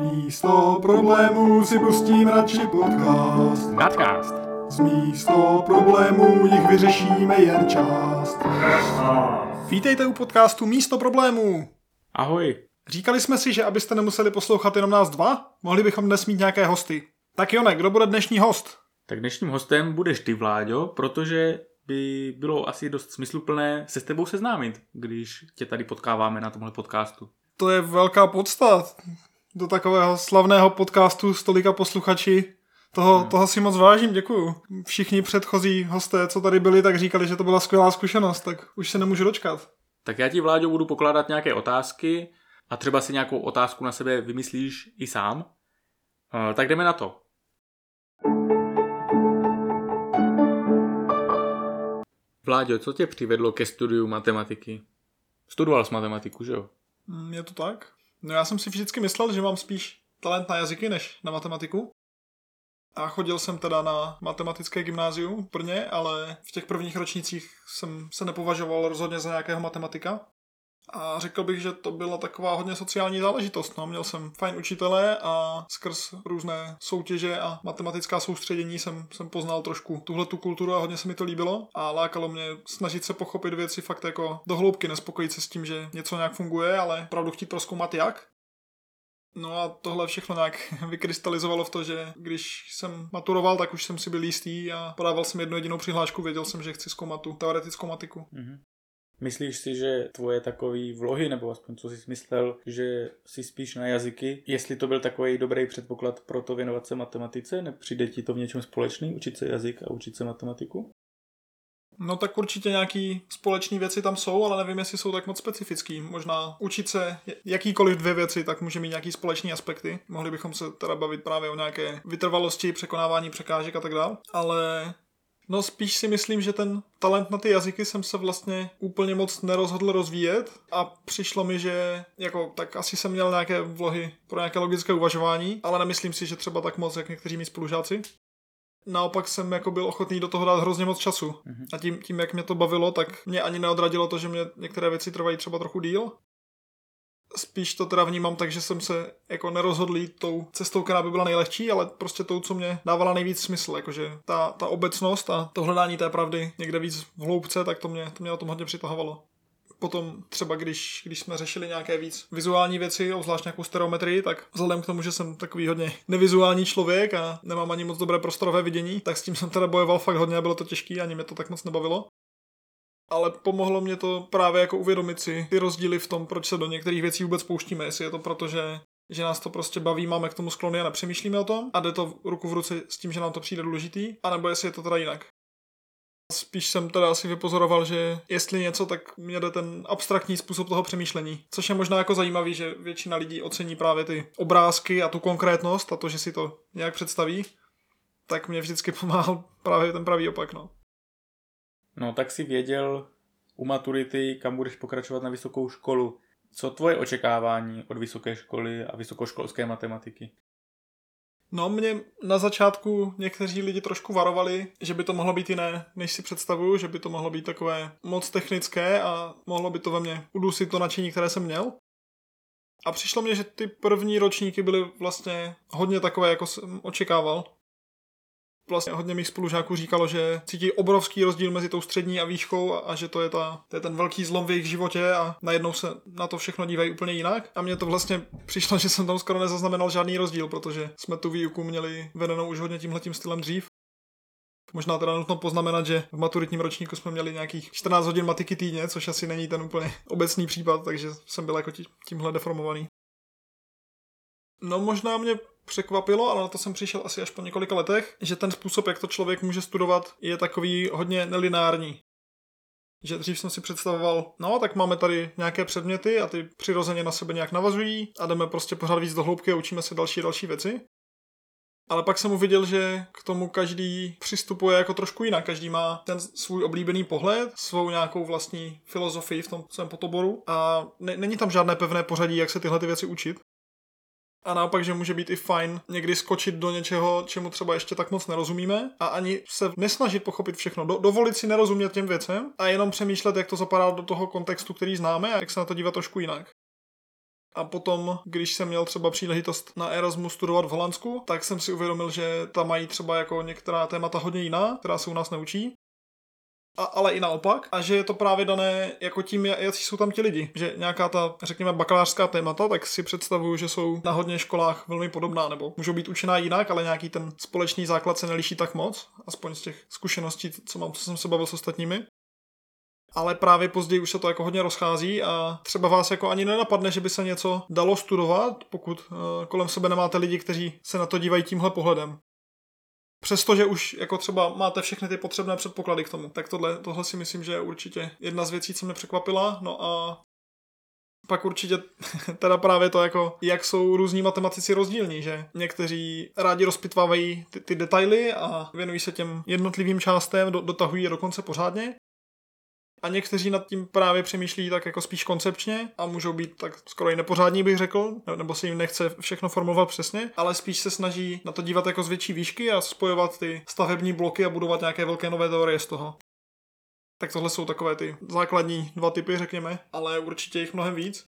Místo problémů si pustím radši podcast. Nadcast. Z místo problémů jich vyřešíme jen část. Vítejte u podcastu Místo problémů. Ahoj. Říkali jsme si, že abyste nemuseli poslouchat jenom nás dva, mohli bychom dnes mít nějaké hosty. Tak Jone, kdo bude dnešní host? Tak dnešním hostem budeš ty, Vláďo, protože by bylo asi dost smysluplné se s tebou seznámit, když tě tady potkáváme na tomhle podcastu. To je velká podsta. Do takového slavného podcastu s tolika posluchači. Toho si moc vážím, děkuju. Všichni předchozí hosté, co tady byli, tak říkali, že to byla skvělá zkušenost, tak už se nemůžu dočkat. Tak já ti, Vláďo, budu pokládat nějaké otázky a třeba si nějakou otázku na sebe vymyslíš i sám. Tak jdeme na to. Vláďo, co tě přivedlo ke studiu matematiky? Studoval jsi matematiku, že jo? Je to tak? No já jsem si vždycky myslel, že mám spíš talent na jazyky než na matematiku. A chodil jsem teda na matematické gymnázium v Brně, ale v těch prvních ročnících jsem se nepovažoval rozhodně za nějakého matematika. A řekl bych, že to byla taková hodně sociální záležitost. No, měl jsem fajn učitele a skrz různé soutěže a matematická soustředění jsem poznal trošku tuhletu kulturu a hodně se mi to líbilo. A lákalo mě snažit se pochopit věci fakt jako do hloubky, nespokojit se s tím, že něco nějak funguje, ale opravdu chtít prozkoumat jak. No a tohle všechno nějak vykrystalizovalo v to, že když jsem maturoval, tak už jsem si byl jistý a podával jsem jednu jedinou přihlášku, věděl jsem, že chci zkoumat tu teoretickou matiku. Mhm. Myslíš si, že tvoje takové vlohy, nebo aspoň co jsi myslel, že jsi spíš na jazyky, jestli to byl takový dobrý předpoklad pro to věnovat se matematice, nepřijde ti to v něčem společný, učit se jazyk a učit se matematiku? No tak určitě nějaký společné věci tam jsou, ale nevím, jestli jsou tak moc specifický. Možná učit se jakýkoliv dvě věci, tak může mít nějaký společný aspekty. Mohli bychom se teda bavit právě o nějaké vytrvalosti, překonávání překážek a tak dále. Ale no spíš si myslím, že ten talent na ty jazyky jsem se vlastně úplně moc nerozhodl rozvíjet a přišlo mi, že jako tak asi jsem měl nějaké vlohy pro nějaké logické uvažování, ale nemyslím si, že třeba tak moc, jak někteří mý spolužáci. Naopak jsem jako byl ochotný do toho dát hrozně moc času. A tím, jak mě to bavilo, tak mě ani neodradilo to, že mě některé věci trvají třeba trochu díl. Spíš to teda vnímám tak, že jsem se jako nerozhodl jít tou cestou, která by byla nejlehčí, ale prostě tou, co mě dávala nejvíc smysl. Jakože ta obecnost a to hledání té pravdy někde víc v hloubce, tak to mě na tom hodně přitahovalo. Potom třeba, když jsme řešili nějaké víc vizuální věci, obzvlášť nějakou stereometrii, tak vzhledem k tomu, že jsem takový hodně nevizuální člověk a nemám ani moc dobré prostorové vidění, tak s tím jsem teda bojoval fakt hodně a bylo to těžké, ani mě to tak moc nebavilo. Ale pomohlo mě to právě jako uvědomit si ty rozdíly v tom, proč se do některých věcí vůbec pouštíme. Jestli je to proto, že nás to prostě baví, máme k tomu sklony a nepřemýšlíme o tom a jde to ruku v ruce s tím, že nám to přijde důležitý, anebo jestli je to teda jinak. Spíš jsem teda asi vypozoroval, že jestli něco, tak mě jde ten abstraktní způsob toho přemýšlení. Což je možná jako zajímavý, že většina lidí ocení právě ty obrázky a tu konkrétnost a to, že si to nějak představí, tak mě vždycky pomáhal právě ten pravý opak, no. No tak si věděl u maturity, kam budeš pokračovat na vysokou školu. Co tvoje očekávání od vysoké školy a vysokoškolské matematiky? No, mě na začátku někteří lidi trošku varovali, že by to mohlo být jiné, než si představuju, že by to mohlo být takové moc technické a mohlo by to ve mně udusit to nadšení, které jsem měl. A přišlo mně, že ty první ročníky byly vlastně hodně takové, jako jsem očekával. Vlastně hodně mých spolužáků říkalo, že cítí obrovský rozdíl mezi tou střední a výškou a že to je ten velký zlom v jejich životě a najednou se na to všechno dívají úplně jinak. A mně to vlastně přišlo, že jsem tam skoro nezaznamenal žádný rozdíl, protože jsme tu výuku měli vedenou už hodně tímhletím stylem dřív. Možná teda nutno poznamenat, že v maturitním ročníku jsme měli nějakých 14 hodin matiky týdně, což asi není ten úplně obecný případ, takže jsem byl jako tímhle deformovaný. No možná mě překvapilo, ale na to jsem přišel asi až po několika letech, že ten způsob, jak to člověk může studovat, je takový hodně nelineární. Že dřív jsem si představoval, no tak máme tady nějaké předměty a ty přirozeně na sebe nějak navazují a jdeme prostě pořád víc do hloubky a učíme se další věci. Ale pak jsem uviděl, že k tomu každý přistupuje jako trošku jinak. Každý má ten svůj oblíbený pohled, svou nějakou vlastní filozofii v tom svém podoboru a není tam žádné pevné pořadí, jak se tyhle ty věci učit. A naopak, že může být i fajn někdy skočit do něčeho, čemu třeba ještě tak moc nerozumíme a ani se nesnažit pochopit všechno. Dovolit si nerozumět těm věcem a jenom přemýšlet, jak to zapadá do toho kontextu, který známe a jak se na to dívat trošku jinak. A potom, když jsem měl třeba příležitost na Erasmu studovat v Holandsku, tak jsem si uvědomil, že tam mají třeba jako některá témata hodně jiná, která se u nás neučí. Ale i naopak. A že je to právě dané jako tím, jaký jsou tam ti lidi. Že nějaká ta, řekněme, bakalářská témata, tak si představuju, že jsou na hodně školách velmi podobná, nebo můžou být učená jinak, ale nějaký ten společný základ se neliší tak moc, aspoň z těch zkušeností, co jsem se bavil s ostatními. Ale právě později už se to jako hodně rozchází a třeba vás jako ani nenapadne, že by se něco dalo studovat, pokud kolem sebe nemáte lidi, kteří se na to dívají tímhle pohledem. Přestože už jako třeba máte všechny ty potřebné předpoklady k tomu. Tak tohle si myslím, že je určitě jedna z věcí, co mě překvapila. No a pak určitě teda právě to, jako jak jsou různí matematici rozdílní, že někteří rádi rozpitvávají ty detaily a věnují se těm jednotlivým částem, dotahují je dokonce pořádně. A někteří nad tím právě přemýšlí tak jako spíš koncepčně a můžou být tak skoro i nepořádní, bych řekl, nebo se jim nechce všechno formulovat přesně, ale spíš se snaží na to dívat jako z větší výšky a spojovat ty stavební bloky a budovat nějaké velké nové teorie z toho. Tak tohle jsou takové ty základní dva typy, řekněme, ale určitě jich mnohem víc.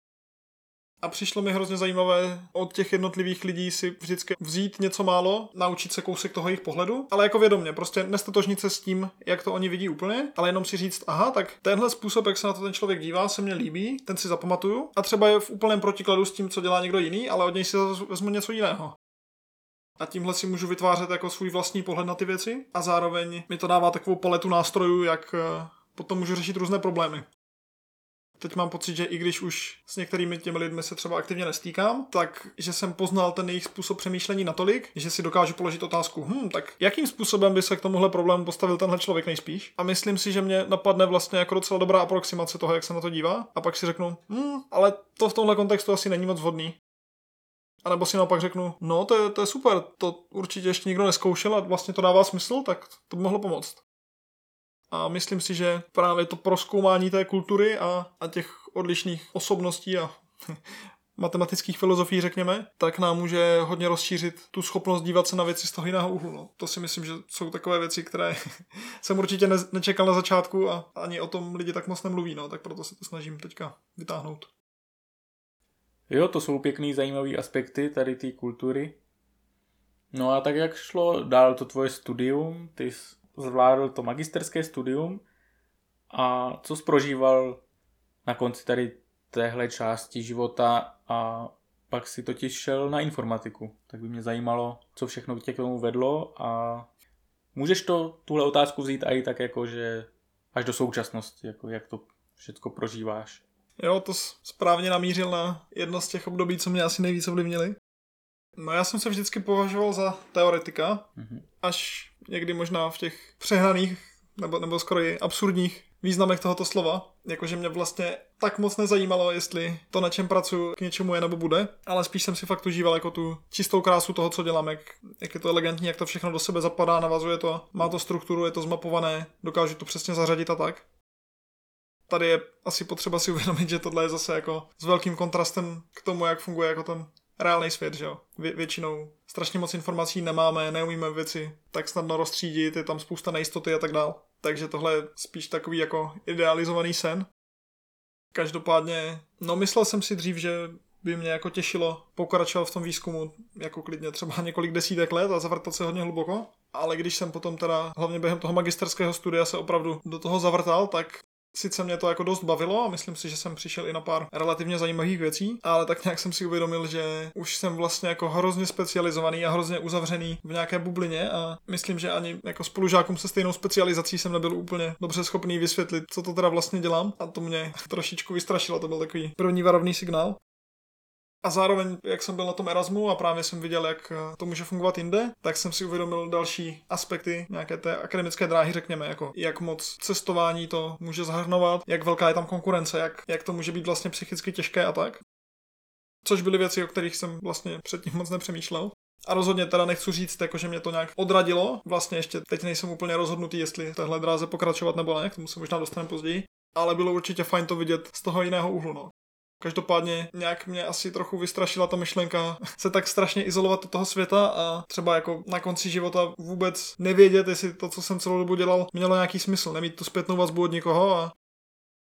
A přišlo mi hrozně zajímavé od těch jednotlivých lidí si vždycky vzít něco málo, naučit se kousek toho jejich pohledu, ale jako vědomě, prostě nestatožnit se s tím, jak to oni vidí úplně, ale jenom si říct, aha, tak tenhle způsob, jak se na to ten člověk dívá, se mně líbí, ten si zapamatuju a třeba je v úplném protikladu s tím, co dělá někdo jiný, ale od něj si vezmu něco jiného. A tímhle si můžu vytvářet jako svůj vlastní pohled na ty věci a zároveň mi to dává takovou paletu nástrojů, jak potom můžu řešit různé problémy. Teď mám pocit, že i když už s některými těmi lidmi se třeba aktivně nestýkám, tak že jsem poznal ten jejich způsob přemýšlení natolik, že si dokážu položit otázku, tak jakým způsobem by se k tomuhle problému postavil tenhle člověk nejspíš? A myslím si, že mě napadne vlastně jako docela dobrá aproximace toho, jak se na to dívá. A pak si řeknu, ale to v tomhle kontextu asi není moc vhodný. A nebo si naopak řeknu, no to je super, to určitě ještě nikdo nezkoušel a vlastně to dává smysl, tak to by mohlo pomoct. A myslím si, že právě to prozkoumání té kultury a těch odlišných osobností a matematických filozofií, řekněme, tak nám může hodně rozšířit tu schopnost dívat se na věci z toho jiného úhlu. No. To si myslím, že jsou takové věci, které jsem určitě nečekal na začátku a ani o tom lidi tak moc nemluví, no, tak proto se to snažím teďka vytáhnout. Jo, to jsou pěkný, zajímavý aspekty tady té kultury. No a tak jak šlo dál to tvoje studium, ty zvládl to magisterské studium a co jsi prožíval na konci tady téhle části života a pak si totiž šel na informatiku. Tak by mě zajímalo, co všechno tě k tomu vedlo a můžeš tuhle otázku vzít i tak jako, že až do současnosti, jako jak to všechno prožíváš. Jo, to správně namířil na jedno z těch období, co mě asi nejvíc ovlivnili. No já jsem se vždycky považoval za teoretika, až někdy možná v těch přehnaných nebo skoro i absurdních významech tohoto slova. Jakože mě vlastně tak moc nezajímalo, jestli to, na čem pracuji, k něčemu je nebo bude, ale spíš jsem si fakt užíval jako tu čistou krásu toho, co dělám, jak je to elegantní, jak to všechno do sebe zapadá, navazuje to, má to strukturu, je to zmapované, dokážu to přesně zařadit a tak. Tady je asi potřeba si uvědomit, že tohle je zase jako s velkým kontrastem k tomu, jak funguje jako ten reálný svět, že jo. Většinou strašně moc informací nemáme, neumíme věci tak snadno rozstřídit, je tam spousta nejistoty a tak dál. Takže tohle je spíš takový jako idealizovaný sen. Každopádně, myslel jsem si dřív, že by mě jako těšilo pokračovat v tom výzkumu jako klidně třeba několik desítek let a zavrtat se hodně hluboko. Ale když jsem potom teda hlavně během toho magisterského studia se opravdu do toho zavrtal, tak sice mě to jako dost bavilo a myslím si, že jsem přišel i na pár relativně zajímavých věcí, ale tak nějak jsem si uvědomil, že už jsem vlastně jako hrozně specializovaný a hrozně uzavřený v nějaké bublině a myslím, že ani jako spolužákům se stejnou specializací jsem nebyl úplně dobře schopný vysvětlit, co to teda vlastně dělám a to mě trošičku vystrašilo, to byl takový první varovný signál. A zároveň, jak jsem byl na tom Erasmu a právě jsem viděl, jak to může fungovat jinde, tak jsem si uvědomil další aspekty nějaké té akademické dráhy, řekněme, jako jak moc cestování to může zahrnovat, jak velká je tam konkurence, jak to může být vlastně psychicky těžké a tak. Což byly věci, o kterých jsem vlastně předtím moc nepřemýšlel. A rozhodně teda nechci říct, jako, že mě to nějak odradilo. Vlastně ještě teď nejsem úplně rozhodnutý, jestli v téhle dráze pokračovat nebo ne, k tomu se možná dostaneme později. Ale bylo určitě fajn to vidět z toho jiného úhlu, no. Každopádně nějak mě asi trochu vystrašila ta myšlenka se tak strašně izolovat od toho světa a třeba jako na konci života vůbec nevědět, jestli to, co jsem celou dobu dělal, mělo nějaký smysl, nemít tu zpětnou vazbu od nikoho a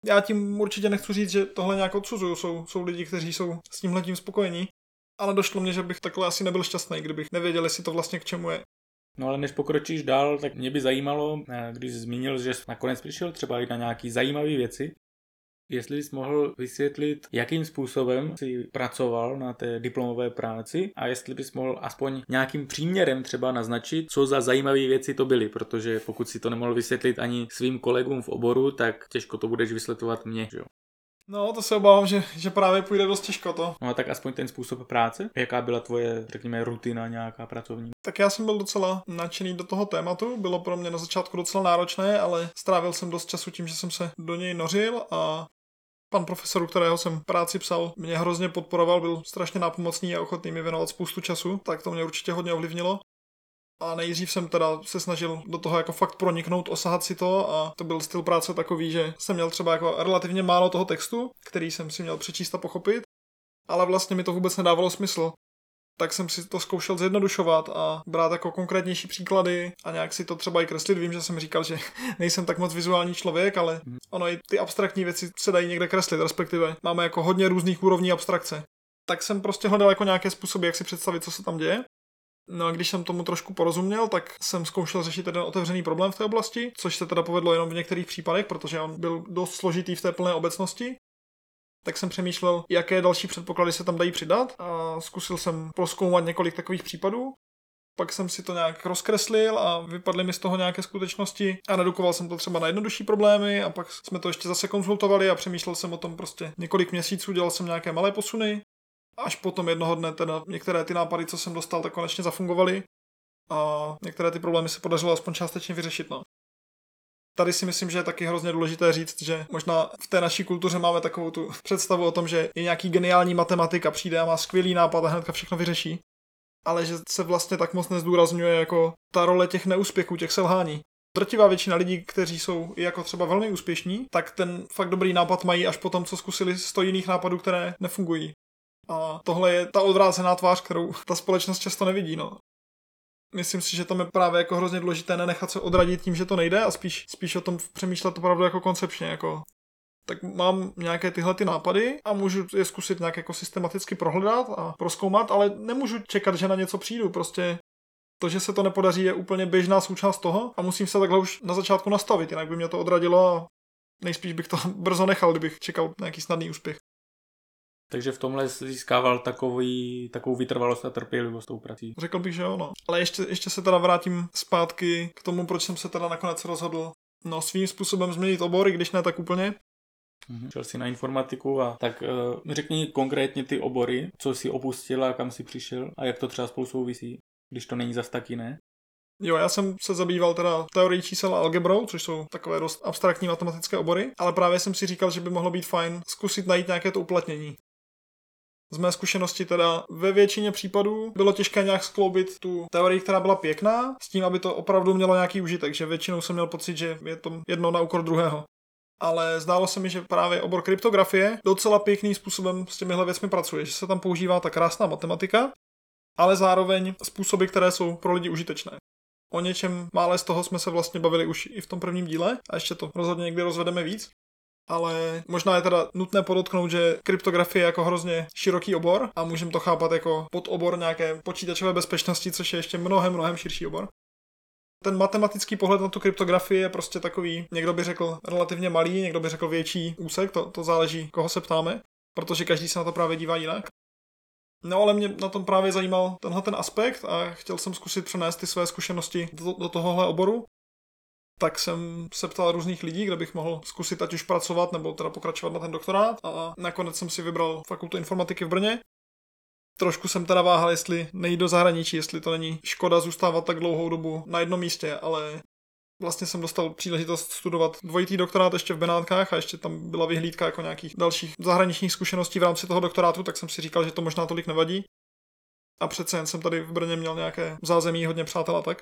Já tím určitě nechci říct, že tohle nějak odsuzuju, jsou lidi, kteří jsou s tímhletím spokojení, ale došlo mě, že bych takhle asi nebyl šťastný, kdybych nevěděl, jestli to vlastně k čemu je. No ale než pokročíš dál, tak mě by zajímalo, když jsi zmínil, že jsi nakonec přišel třeba i na nějaký zajímavé věci, jestli jsi mohl vysvětlit, jakým způsobem jsi pracoval na té diplomové práci a jestli bys mohl aspoň nějakým příměrem třeba naznačit, co za zajímavé věci to byly, protože pokud si to nemohl vysvětlit ani svým kolegům v oboru, tak těžko to budeš vysvětlovat mně, že jo? No, to se obávám, že právě půjde dost těžko to. No a tak aspoň ten způsob práce? Jaká byla tvoje, řekněme, rutina nějaká pracovní? Tak já jsem byl docela nadšený do toho tématu, bylo pro mě na začátku docela náročné, ale strávil jsem dost času tím, že jsem se do něj nořil a pan profesor, u kterého jsem práci psal, mě hrozně podporoval, byl strašně nápomocný a ochotný mi věnovat spoustu času, tak to mě určitě hodně ovlivnilo. A nejdřív jsem teda se snažil do toho jako fakt proniknout, osahat si to a to byl styl práce takový, že jsem měl třeba jako relativně málo toho textu, který jsem si měl přečíst a pochopit, ale vlastně mi to vůbec nedávalo smysl. Tak jsem si to zkoušel zjednodušovat a brát jako konkrétnější příklady a nějak si to třeba i kreslit. Vím, že jsem říkal, že nejsem tak moc vizuální člověk, ale ono i ty abstraktní věci se dají někde kreslit, respektive máme jako hodně různých úrovní abstrakce. Tak jsem prostě hledal jako nějaké způsoby, jak si představit, co se tam děje. No a když jsem tomu trošku porozuměl, tak jsem zkoušel řešit jeden otevřený problém v té oblasti, což se teda povedlo jenom v některých případech, protože on byl dost složitý v té plné obecnosti. Tak jsem přemýšlel, jaké další předpoklady se tam dají přidat a zkusil jsem prozkoumat několik takových případů. Pak jsem si to nějak rozkreslil a vypadly mi z toho nějaké skutečnosti a redukoval jsem to třeba na jednodušší problémy a pak jsme to ještě zase konzultovali a přemýšlel jsem o tom prostě několik měsíců, dělal jsem nějaké malé posuny. Až potom jednoho dne teda některé ty nápady, co jsem dostal, tak konečně zafungovaly a některé ty problémy se podařilo aspoň částečně vyřešit. No. Tady si myslím, že je taky hrozně důležité říct, že možná v té naší kultuře máme takovou tu představu o tom, že je nějaký geniální matematik a přijde a má skvělý nápad a hnedka všechno vyřeší. Ale že se vlastně tak moc nezdůrazňuje jako ta role těch neúspěchů, těch selhání. Drtivá většina lidí, kteří jsou jako třeba velmi úspěšní, tak ten fakt dobrý nápad mají až po tom, co zkusili 100 jiných nápadů, které nefungují. A tohle je ta odvrácená tvář, kterou ta společnost často nevidí, no. Myslím si, že tam je právě jako hrozně důležité nenechat se odradit tím, že to nejde a spíš o tom přemýšlet opravdu jako koncepčně, jako tak mám nějaké tyhle ty nápady a můžu je zkusit nějak jako systematicky prohledat a prozkoumat, ale nemůžu čekat, že na něco přijdu, prostě to, že se to nepodaří, je úplně běžná součást toho a musím se takhle už na začátku nastavit, jinak by mě to odradilo a nejspíš bych to brzo nechal, kdybych čekal nějaký snadný úspěch. Takže v tomhle získával takovou vytrvalost a trpělivost tou prací. Řekl bych, že jo, no. Ale ještě se teda vrátím zpátky k tomu, proč jsem se teda nakonec rozhodl svým způsobem změnit obor, i když ne tak úplně. Šel jsi na informatiku a tak mi řekni konkrétně ty obory, co jsi opustil a kam jsi přišel a jak to třeba spolu souvisí, když to není zas taky, ne? Jo, já jsem se zabýval teda teorií čísel a algebrou, což jsou takové dost abstraktní matematické obory, ale právě jsem si říkal, že by mohlo být fajn zkusit najít nějaké to uplatnění. Z mé zkušenosti teda ve většině případů bylo těžké nějak skloubit tu teorii, která byla pěkná, s tím, aby to opravdu mělo nějaký užitek, že většinou jsem měl pocit, že je to jedno na úkor druhého. Ale zdálo se mi, že právě obor kryptografie docela pěkným způsobem s těmihle věcmi pracuje, že se tam používá ta krásná matematika, ale zároveň způsoby, které jsou pro lidi užitečné. O něčem mále z toho jsme se vlastně bavili už i v tom prvním díle a ještě to rozhodně někdy rozvedeme víc. Ale možná je teda nutné podotknout, že kryptografie je jako hrozně široký obor a můžeme to chápat jako podobor nějaké počítačové bezpečnosti, což je ještě mnohem širší obor. Ten matematický pohled na tu kryptografii je prostě takový, někdo by řekl relativně malý, někdo by řekl větší úsek, to záleží, koho se ptáme, protože každý se na to právě dívá jinak. No ale mě na tom právě zajímal tenhle ten aspekt a chtěl jsem zkusit přenést ty své zkušenosti do tohohle oboru. Tak jsem se ptal různých lidí, kde bych mohl zkusit ať už pracovat nebo teda pokračovat na ten doktorát a nakonec jsem si vybral fakultu informatiky v Brně. Trošku jsem teda váhal, jestli nejít do zahraničí, jestli to není škoda zůstávat tak dlouhou dobu na jednom místě, ale vlastně jsem dostal příležitost studovat dvojitý doktorát ještě v Benátkách a ještě tam byla vyhlídka jako nějakých dalších zahraničních zkušeností v rámci toho doktorátu, tak jsem si říkal, že to možná tolik nevadí. A přece jen jsem tady v Brně měl nějaké zázemí, hodně přátel a tak.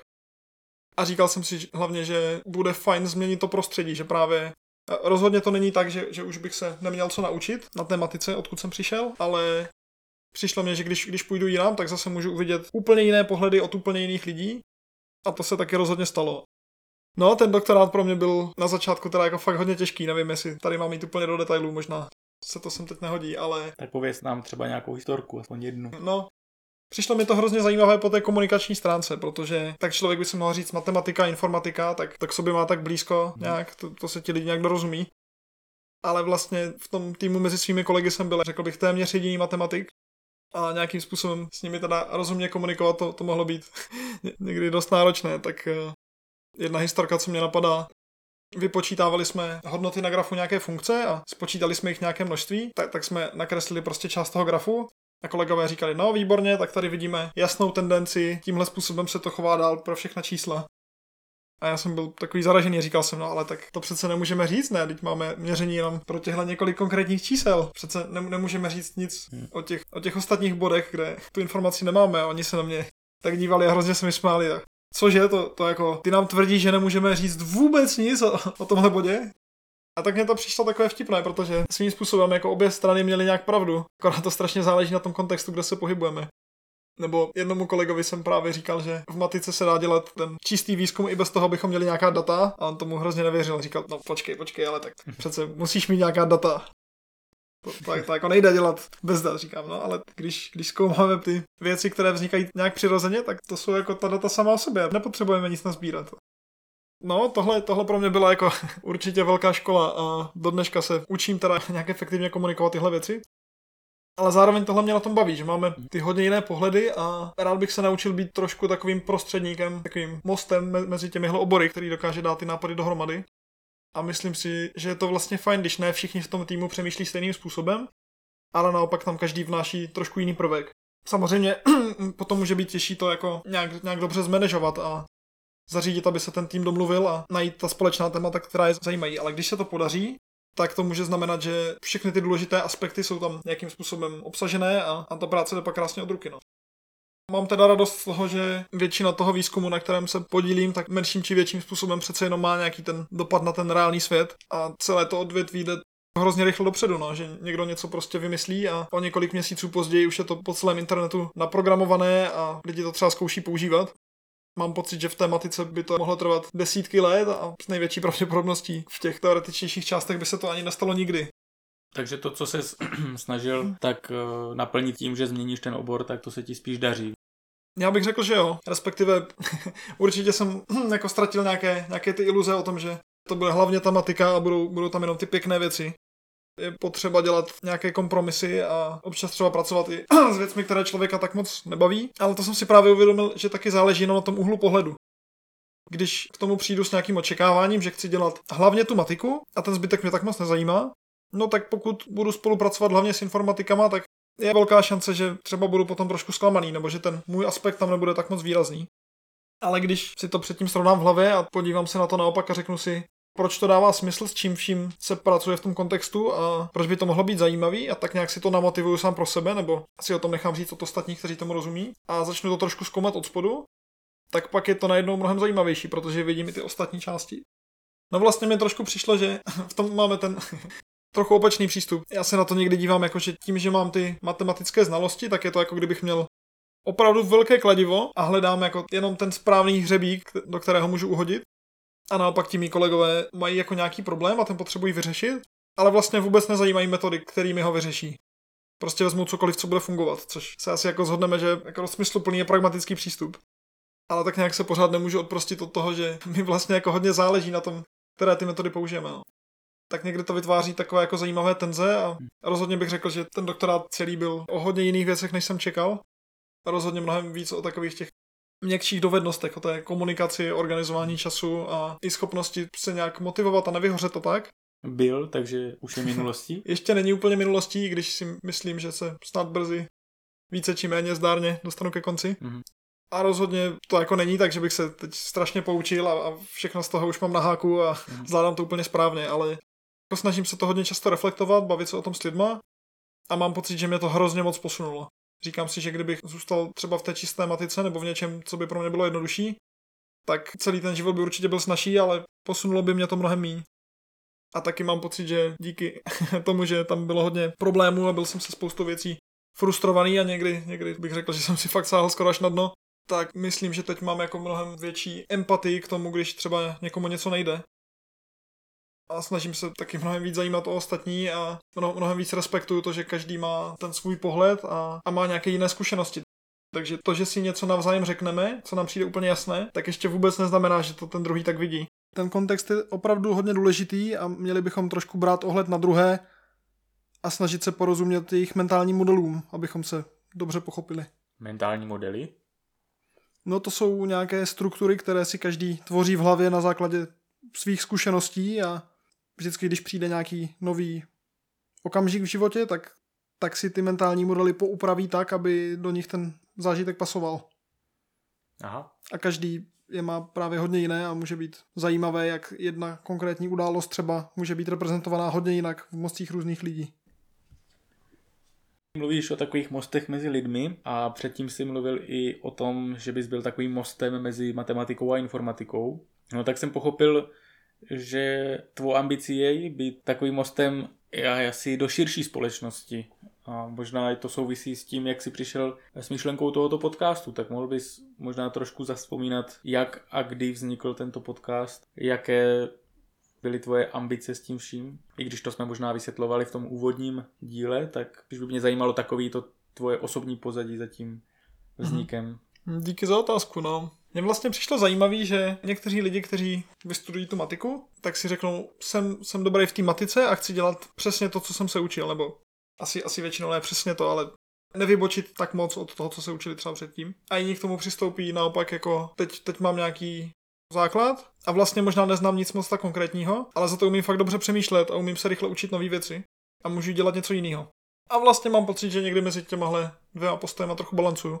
A říkal jsem si hlavně, že bude fajn změnit to prostředí, že právě rozhodně to není tak, že už bych se neměl co naučit na té matice, odkud jsem přišel, ale přišlo mě, že když půjdu jinam, tak zase můžu uvidět úplně jiné pohledy od úplně jiných lidí a to se taky rozhodně stalo. No, ten doktorát pro mě byl na začátku teda jako fakt hodně těžký, nevím, jestli tady mám jít úplně do detailů, možná se to sem teď nehodí, ale... Tak pověz nám třeba nějakou historku, aspoň jednu. No, přišlo mi to hrozně zajímavé po té komunikační stránce, protože tak člověk by si mohl říct matematika, informatika, tak k sobě má tak blízko nějak, to se ti lidi nějak dorozumí. Ale vlastně v tom týmu mezi svými kolegy jsem byl, řekl bych, téměř jediný matematik a nějakým způsobem s nimi teda rozumně komunikovat, to mohlo být někdy dost náročné, tak jedna historka, co mě napadá, vypočítávali jsme hodnoty na grafu nějaké funkce a spočítali jsme jich nějaké množství, tak jsme nakreslili prostě část toho grafu a kolegové říkali, no výborně, tak tady vidíme jasnou tendenci, tímhle způsobem se to chová dál pro všechna čísla. A já jsem byl takový zaražený, říkal jsem, no ale tak to přece nemůžeme říct, ne, teď máme měření jenom pro těchhle několik konkrétních čísel. Přece nemůžeme říct nic o těch ostatních bodech, kde tu informaci nemáme a oni se na mě tak dívali a hrozně se mi smáli. Cože, to jako, ty nám tvrdí, že nemůžeme říct vůbec nic o tomhle bodě? A tak mě to přišlo takové vtipné, protože svým způsobem jako obě strany měly nějak pravdu, akorát to strašně záleží na tom kontextu, kde se pohybujeme. Nebo jednomu kolegovi jsem právě říkal, že v matice se dá dělat ten čistý výzkum i bez toho, abychom měli nějaká data a on tomu hrozně nevěřil. Říkal, no počkej, ale tak přece musíš mít nějaká data. To jako nejde dělat bez dat, říkám, no, ale když zkoumáme ty věci, které vznikají nějak přirozeně, tak to jsou jako ta data sama o sobě, nepotřebujeme nic nasbírat. No, tohle pro mě byla jako určitě velká škola a do dneška se učím teda nějak efektivně komunikovat tyhle věci. Ale zároveň tohle mě na tom baví, že máme ty hodně jiné pohledy a rád bych se naučil být trošku takovým prostředníkem, takovým mostem mezi těmihle obory, který dokáže dát ty nápady dohromady. A myslím si, že je to vlastně fajn, když ne všichni v tom týmu přemýšlí stejným způsobem, ale naopak tam každý vnáší trošku jiný prvek. Samozřejmě potom může být těžší to jako nějak dobře zmanéžovat a zařídit, aby se ten tým domluvil a najít ta společná témata, která je zajímají. Ale když se to podaří, tak to může znamenat, že všechny ty důležité aspekty jsou tam nějakým způsobem obsažené a ta práce jde pak krásně od ruky. No. Mám teda radost z toho, že většina toho výzkumu, na kterém se podílím, tak menším či větším způsobem přece jenom má nějaký ten dopad na ten reálný svět a celé to odvětví jde hrozně rychle dopředu, no, že někdo něco prostě vymyslí a o několik měsíců později už je to po celém internetu naprogramované a lidi to třeba zkouší používat. Mám pocit, že v té matice by to mohlo trvat desítky let a s největší pravděpodobností v těch teoretičtějších částech by se to ani nestalo nikdy. Takže to, co se snažil tak naplnit tím, že změníš ten obor, tak to se ti spíš daří. Já bych řekl, že jo. Respektive určitě jsem jako ztratil nějaké ty iluze o tom, že to bude hlavně ta matika a budou tam jenom ty pěkné věci. Je potřeba dělat nějaké kompromisy a občas třeba pracovat i s věcmi, které člověka tak moc nebaví, ale to jsem si právě uvědomil, že taky záleží na tom úhlu pohledu. Když k tomu přijdu s nějakým očekáváním, že chci dělat hlavně tu matiku a ten zbytek mě tak moc nezajímá, no tak pokud budu spolupracovat hlavně s informatikama, tak je velká šance, že třeba budu potom trošku zklamaný, nebo že ten můj aspekt tam nebude tak moc výrazný. Ale když si to předtím srovnám v hlavě a podívám se na to naopak a řeknu si, proč to dává smysl, s čím vším se pracuje v tom kontextu a proč by to mohlo být zajímavý a tak nějak si to namotivuju sám pro sebe, nebo si o tom nechám říct od ostatních, kteří tomu rozumí a začnu to trošku zkoumat od spodu, tak pak je to najednou mnohem zajímavější, protože vidím i ty ostatní části. No vlastně mi trošku přišlo, že v tom máme ten trochu opačný přístup. Já se na to někdy dívám jako, že tím, že mám ty matematické znalosti, tak je to jako kdybych měl opravdu velké kladivo a hledám jako jenom ten správný hřebík, do kterého můžu uhodit. A naopak ti mý kolegové mají jako nějaký problém a ten potřebují vyřešit, ale vlastně vůbec nezajímají metody, kterými ho vyřeší. Prostě vezmu cokoliv, co bude fungovat, což se asi jako shodneme, že jako smysluplný je pragmatický přístup. Ale tak nějak se pořád nemůžu odprostit od toho, že mi vlastně jako hodně záleží na tom, které ty metody použijeme. No. Tak někdy to vytváří takové jako zajímavé tenze a rozhodně bych řekl, že ten doktorát celý byl o hodně jiných věcech, než jsem čekal. A rozhodně mnohem víc o takových těch měkčích dovednostech, o té komunikaci, organizování času a i schopnosti se nějak motivovat a nevyhořet to tak. Byl, takže už je minulostí? Ještě není úplně minulostí, když si myslím, že se snad brzy více či méně zdárně dostanu ke konci. Mm-hmm. A rozhodně to jako není tak, že bych se teď strašně poučil a všechno z toho už mám na háku a zvládám to úplně správně, ale snažím se to hodně často reflektovat, bavit se o tom s lidma a mám pocit, že mě to hrozně moc posunulo. Říkám si, že kdybych zůstal třeba v té čisté matice nebo v něčem, co by pro mě bylo jednodušší, tak celý ten život by určitě byl snazší, ale posunulo by mě to mnohem míň. A taky mám pocit, že díky tomu, že tam bylo hodně problémů a byl jsem se spoustou věcí frustrovaný a někdy bych řekl, že jsem si fakt sáhl skoro až na dno, tak myslím, že teď mám jako mnohem větší empatii k tomu, když třeba někomu něco nejde. A snažím se taky mnohem víc zajímat o ostatní a mnohem víc respektuju to, že každý má ten svůj pohled a má nějaké jiné zkušenosti. Takže to, že si něco navzájem řekneme, co nám přijde úplně jasné, tak ještě vůbec neznamená, že to ten druhý tak vidí. Ten kontext je opravdu hodně důležitý a měli bychom trošku brát ohled na druhé a snažit se porozumět jejich mentálním modelům, abychom se dobře pochopili. Mentální modely? No to jsou nějaké struktury, které si každý tvoří v hlavě na základě svých zkušeností a vždycky, když přijde nějaký nový okamžik v životě, tak si ty mentální modely poupraví tak, aby do nich ten zážitek pasoval. Aha. A každý je má právě hodně jiné a může být zajímavé, jak jedna konkrétní událost třeba může být reprezentovaná hodně jinak v mozcích různých lidí. Mluvíš o takových mostech mezi lidmi a předtím si mluvil i o tom, že bys byl takovým mostem mezi matematikou a informatikou. No tak jsem pochopil, že tvou ambicí je být takovým mostem asi do širší společnosti. A možná i to souvisí s tím, jak jsi přišel s myšlenkou tohoto podcastu. Tak mohl bys možná trošku zavzpomínat, jak a kdy vznikl tento podcast, jaké byly tvoje ambice s tím vším. I když to jsme možná vysvětlovali v tom úvodním díle, tak když by mě zajímalo takový to tvoje osobní pozadí za tím vznikem. Díky za otázku, no. Mně vlastně přišlo zajímavý, že někteří lidi, kteří vystudují tu matiku, tak si řeknou, jsem dobrý v té matice a chci dělat přesně to, co jsem se učil, nebo asi většinou ne přesně to, ale nevybočit tak moc od toho, co se učili třeba předtím. A jiní k tomu přistoupí naopak jako teď mám nějaký základ a vlastně možná neznám nic moc tak konkrétního, ale za to umím fakt dobře přemýšlet a umím se rychle učit nové věci a můžu dělat něco jiného. A vlastně mám pocit, že někdy mezi těmahle dvěma postojema trochu balancuju.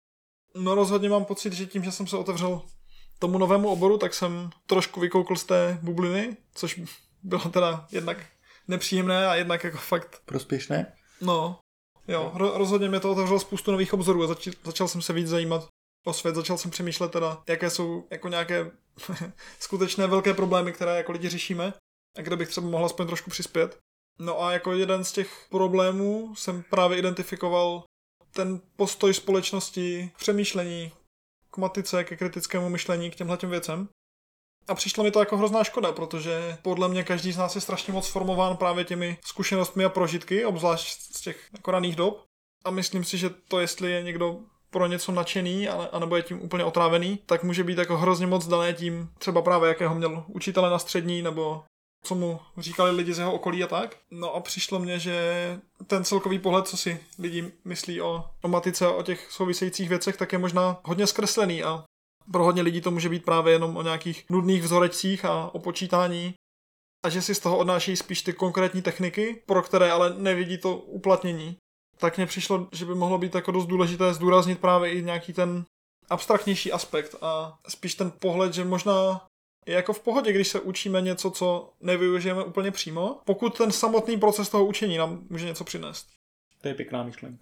No rozhodně mám pocit, že tím, že jsem se otevřel tomu novému oboru, tak jsem trošku vykoukl z té bubliny, což bylo teda jednak nepříjemné a jednak jako fakt prospěšné. No, jo, rozhodně mě to otevřelo spoustu nových obzorů a začal jsem se víc zajímat o svět, začal jsem přemýšlet teda, jaké jsou jako nějaké skutečné velké problémy, které jako lidi řešíme a kde bych třeba mohl aspoň trošku přispět. No a jako jeden z těch problémů jsem právě identifikoval ten postoj společnosti k přemýšlení, k matice, ke kritickému myšlení, k těmhletěm věcem. A přišlo mi to jako hrozná škoda, protože podle mě každý z nás je strašně moc formován právě těmi zkušenostmi a prožitky, obzvlášť z těch jako raných dob. A myslím si, že to, jestli je někdo pro něco nadšený, anebo je tím úplně otrávený, tak může být jako hrozně moc dané tím, třeba právě jakého měl učitele na střední, nebo co mu říkali lidi z jeho okolí a tak. No a přišlo mně, že ten celkový pohled, co si lidi myslí o matice a o těch souvisejících věcech, tak je možná hodně zkreslený a pro hodně lidí to může být právě jenom o nějakých nudných vzorečcích a o počítání a že si z toho odnáší spíš ty konkrétní techniky, pro které ale nevidí to uplatnění. Tak mně přišlo, že by mohlo být jako dost důležité zdůraznit právě i nějaký ten abstraktnější aspekt a spíš ten pohled, že možná je jako v pohodě, když se učíme něco, co nevyužijeme úplně přímo, pokud ten samotný proces toho učení nám může něco přinést. To je pěkná myšlenka.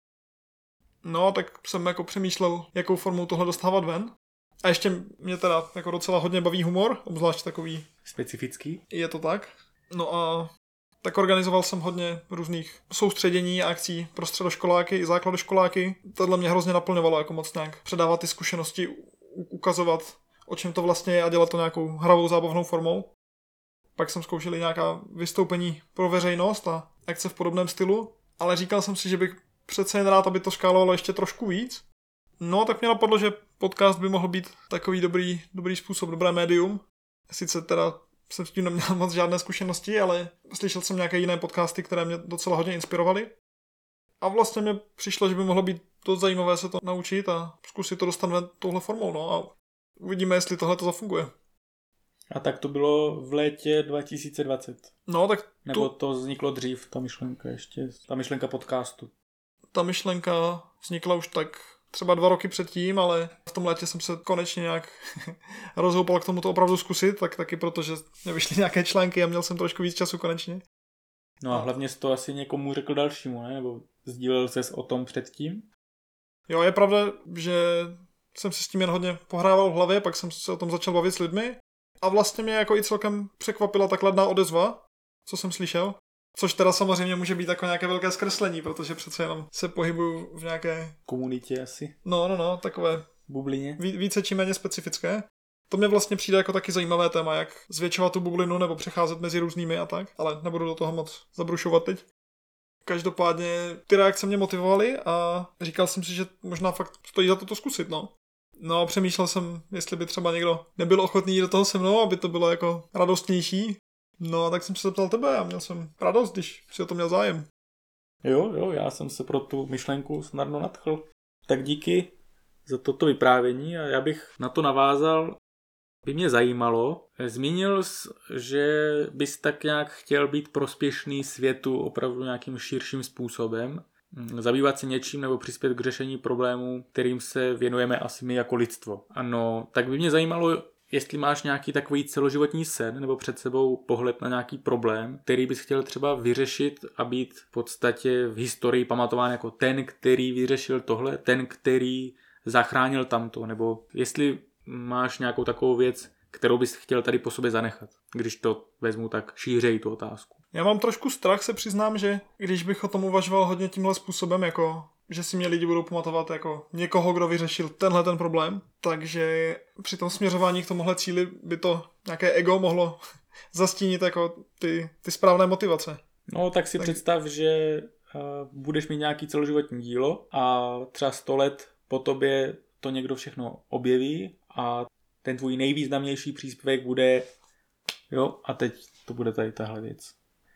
No, tak jsem jako přemýšlel, jakou formou tohle dostávat ven. A ještě mě teda jako docela hodně baví humor, obzvlášť takový specifický. Je to tak. No a tak organizoval jsem hodně různých soustředění a akcí pro středoškoláky i základoškoláky. Tohle mě hrozně naplňovalo, jako moc nějak předávat ty zkušenosti, ukazovat, o čem to vlastně je a dělat to nějakou hravou zábavnou formou. Pak jsem zkoušel nějaká vystoupení pro veřejnost a akce v podobném stylu, ale říkal jsem si, že bych přece jen rád, aby to škálovalo ještě trošku víc. No, tak mě napadlo, že podcast by mohl být takový dobrý způsob, dobré médium. Sice teda jsem s tím neměl moc žádné zkušenosti, ale slyšel jsem nějaké jiné podcasty, které mě docela hodně inspirovaly. A vlastně mě přišlo, že by mohlo být dost zajímavé se to naučit a zkusit to dostat ven touhle formou, no a uvidíme, jestli tohle to zafunguje. A tak to bylo v létě 2020. No, tak Nebo to vzniklo dřív, ta myšlenka podcastu. Ta myšlenka vznikla už tak třeba 2 roky předtím, ale v tom létě jsem se konečně nějak rozhoupal k tomu to opravdu zkusit, tak taky protože mě vyšly nějaké články a měl jsem trošku víc času konečně. No a hlavně jsi to asi někomu řekl dalšímu, ne? Nebo sdílel ses o tom předtím? Jo, je pravda, že jsem si s tím jen hodně pohrával v hlavě, pak jsem se o tom začal bavit s lidmi a vlastně mě jako i celkem překvapila ta kladná odezva, co jsem slyšel. Což teda samozřejmě může být jako nějaké velké zkreslení, protože přece jenom se pohybuju v nějaké komunitě asi. No, takové bublině. Více či méně specifické. To mě vlastně přijde jako taky zajímavé téma, jak zvětšovat tu bublinu nebo přecházet mezi různými a tak, ale nebudu do toho moc zabrušovat teď. Každopádně ty reakce mě motivovaly a říkal jsem si, že možná fakt stojí za to zkusit, no. No a přemýšlel jsem, jestli by třeba někdo nebyl ochotný jít do toho se mnou, aby to bylo jako radostnější. No a tak jsem se zeptal tebe a měl jsem radost, když si o to měl zájem. Jo, já jsem se pro tu myšlenku snadno nadchl. Tak díky za toto vyprávění a já bych na to navázal. By mě zajímalo, zmínil jsi, že bys tak nějak chtěl být prospěšný světu opravdu nějakým širším způsobem, zabývat se něčím nebo přispět k řešení problémů, kterým se věnujeme asi my jako lidstvo. Ano, tak by mě zajímalo, jestli máš nějaký takový celoživotní sen nebo před sebou pohled na nějaký problém, který bys chtěl třeba vyřešit a být v podstatě v historii pamatován jako ten, který vyřešil tohle, ten, který zachránil tamto, nebo jestli máš nějakou takovou věc, kterou bys chtěl tady po sobě zanechat, když to vezmu tak šířej tu otázku. Já mám trošku strach, se přiznám, že když bych o tom uvažoval hodně tímhle způsobem, jako že si mě lidi budou pamatovat jako někoho, kdo vyřešil tenhle ten problém, takže při tom směřování k tomuhle cíli by to nějaké ego mohlo zastínit jako ty správné motivace. No tak si představ, že budeš mít nějaký celoživotní dílo a třeba 100 let po tobě to někdo všechno objeví a ten tvůj nejvýznamnější příspěvek bude a teď to bude tady tahle věc.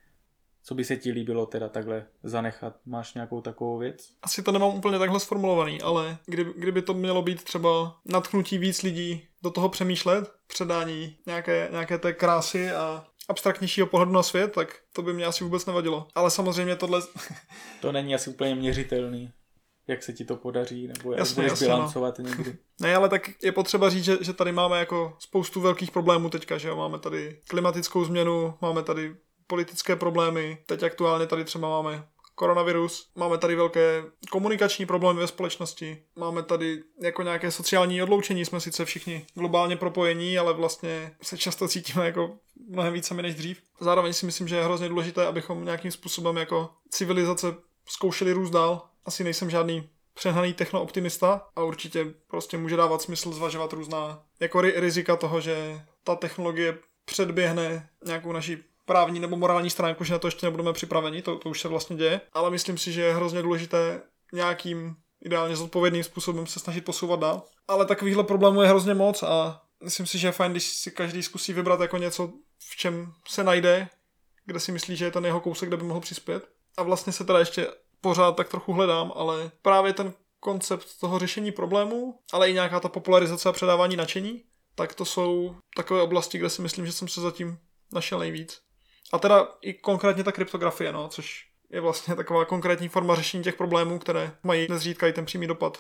Co by se ti líbilo teda takhle zanechat? Máš nějakou takovou věc? Asi to nemám úplně takhle sformulovaný, ale kdyby to mělo být třeba nadchnutí víc lidí do toho přemýšlet, předání nějaké té krásy a abstraktnějšího pohledu na svět, tak to by mě asi vůbec nevadilo. Ale samozřejmě tohle... To není asi úplně měřitelný. Jak se ti to podaří, nebo jak budeš bilancovat někdy. Ne, ale tak je potřeba říct, že tady máme jako spoustu velkých problémů teďka, že jo? Máme tady klimatickou změnu, máme tady politické problémy, teď aktuálně tady třeba máme koronavirus, máme tady velké komunikační problémy ve společnosti, máme tady jako nějaké sociální odloučení, jsme sice všichni globálně propojení, ale vlastně se často cítíme jako mnohem víc sami než dřív. Zároveň si myslím, že je hrozně důležité, abychom nějakým způsobem jako civilizace zkoušeli růst dál. Asi nejsem žádný přehnaný technooptimista a určitě prostě může dávat smysl zvažovat různá jako rizika toho, že ta technologie předběhne nějakou naši právní nebo morální stránku, že na to ještě nebudeme připraveni, to už se vlastně děje, ale myslím si, že je hrozně důležité nějakým ideálně zodpovědným způsobem se snažit posouvat dál. Ale takovýchhle problémů je hrozně moc a myslím si, že je fajn, když si každý zkusí vybrat jako něco, v čem se najde, kde si myslí, že je ten jeho kousek, kde by mohl přispět. A vlastně se teda ještě pořád tak trochu hledám, ale právě ten koncept toho řešení problémů, ale i nějaká ta popularizace a předávání nadšení, tak to jsou takové oblasti, kde si myslím, že jsem se zatím našel nejvíc. A teda i konkrétně ta kryptografie, což je vlastně taková konkrétní forma řešení těch problémů, které mají nezřídka i ten přímý dopad.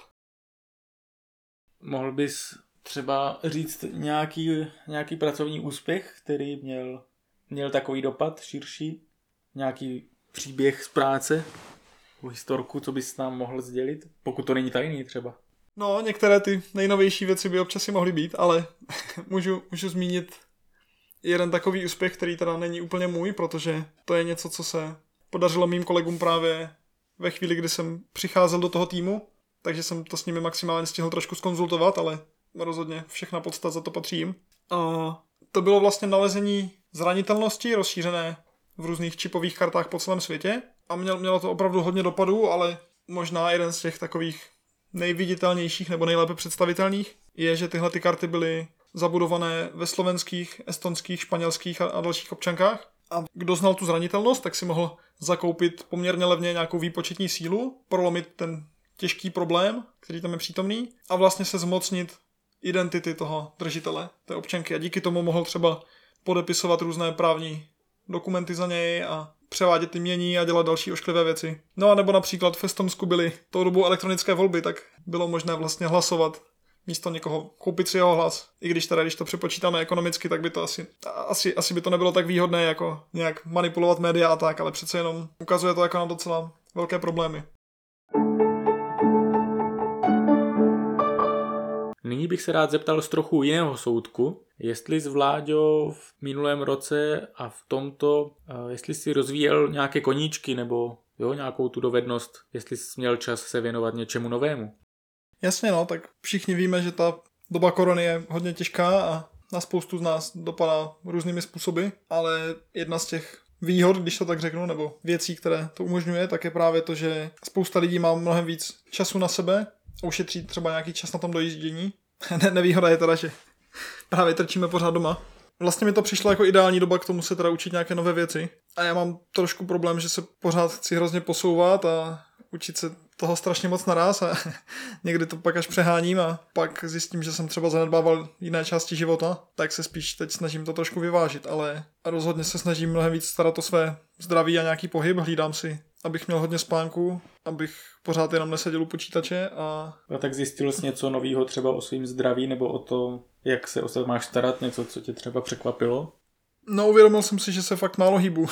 Mohl bys třeba říct nějaký pracovní úspěch, který měl takový dopad širší? Nějaký příběh z práce? Historku, co bys nám mohl sdělit? Pokud to není tajný třeba. No, některé ty nejnovější věci by občas i mohly být, ale můžu zmínit jeden takový úspěch, který teda není úplně můj, protože to je něco, co se podařilo mým kolegům právě ve chvíli, kdy jsem přicházel do toho týmu, takže jsem to s nimi maximálně stihl trošku zkonzultovat, ale rozhodně všechna podsta za to patří jim. A to bylo vlastně nalezení zranitelnosti rozšířené v různých čipových kartách po celém světě a mělo to opravdu hodně dopadů, ale možná jeden z těch takových nejviditelnějších nebo nejlépe představitelných je, že tyhle ty karty byly zabudované ve slovenských, estonských, španělských a dalších občankách. A kdo znal tu zranitelnost, tak si mohl zakoupit poměrně levně nějakou výpočetní sílu, prolomit ten těžký problém, který tam je přítomný, a vlastně se zmocnit identity toho držitele té občanky. A díky tomu mohl třeba podepisovat různé právní dokumenty za něj a převádět jmění a dělat další ošklivé věci. No a nebo například v Estonsku byly tou dobou elektronické volby, tak bylo možné vlastně hlasovat místo někoho, koupit si jeho hlas. I když to přepočítáme ekonomicky, tak by to asi by to nebylo tak výhodné, jako nějak manipulovat média a tak, ale přece jenom ukazuje to jako na docela velké problémy. Nyní bych se rád zeptal z trochu jiného soudku, jestli jsi, Vláďo, v minulém roce a v tomto, jestli jsi rozvíjel nějaké koníčky nebo nějakou tu dovednost, jestli jsi měl čas se věnovat něčemu novému. Jasně, no, tak všichni víme, že ta doba korony je hodně těžká a na spoustu z nás dopadá různými způsoby, ale jedna z těch výhod, když to tak řeknu, nebo věcí, které to umožňuje, tak je právě to, že spousta lidí má mnohem víc času na sebe a ušetří třeba nějaký čas na tom dojíždění. Nevýhoda je teda, že právě trčíme pořád doma. Vlastně mi to přišlo jako ideální doba k tomu se teda učit nějaké nové věci. A já mám trošku problém, že se pořád chci hrozně posouvat a učit se toho strašně moc naraz a někdy to pak až přeháním a pak zjistím, že jsem třeba zanedbával jiné části života, tak se spíš teď snažím to trošku vyvážit, ale rozhodně se snažím mnohem víc starat o své zdraví a nějaký pohyb, hlídám si, abych měl hodně spánku, abych pořád jenom neseděl u počítače a tak zjistil jsi něco nového třeba o svým zdraví nebo o tom, jak se o sebe máš starat, něco, co tě třeba překvapilo? No, uvědomil jsem si, že se fakt málo hýbu.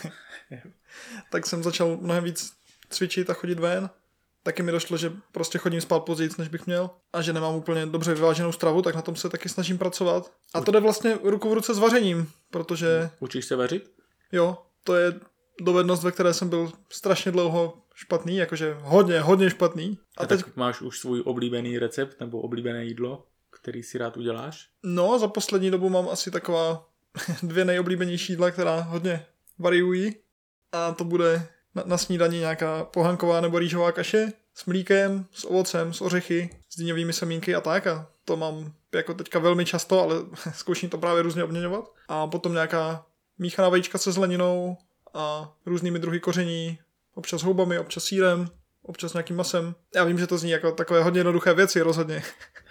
Tak jsem začal mnohem víc cvičit a chodit ven. Taky mi došlo, že prostě chodím spát později, než bych měl a že nemám úplně dobře vyváženou stravu, tak na tom se taky snažím pracovat. A to jde vlastně ruku v ruce s vařením, protože... Učíš se vařit? Jo, to je dovednost, ve které jsem byl strašně dlouho špatný, jakože hodně špatný. A teď máš už svůj oblíbený recept nebo oblíbené jídlo, který si rád uděláš? No, za poslední dobu mám asi taková 2 nejoblíbenější jídla, která hodně variují. A to bude na snídani nějaká pohanková nebo rýžová kaše s mlíkem, s ovocem, s ořechy, s dyňovými semínky a tak. A to mám jako teďka velmi často, ale zkouším to právě různě obměňovat. A potom nějaká míchaná vajíčka se zeleninou a různými druhy koření, občas houbami, občas sýrem, občas nějakým masem. Já vím, že to zní jako takové hodně jednoduché věci, rozhodně.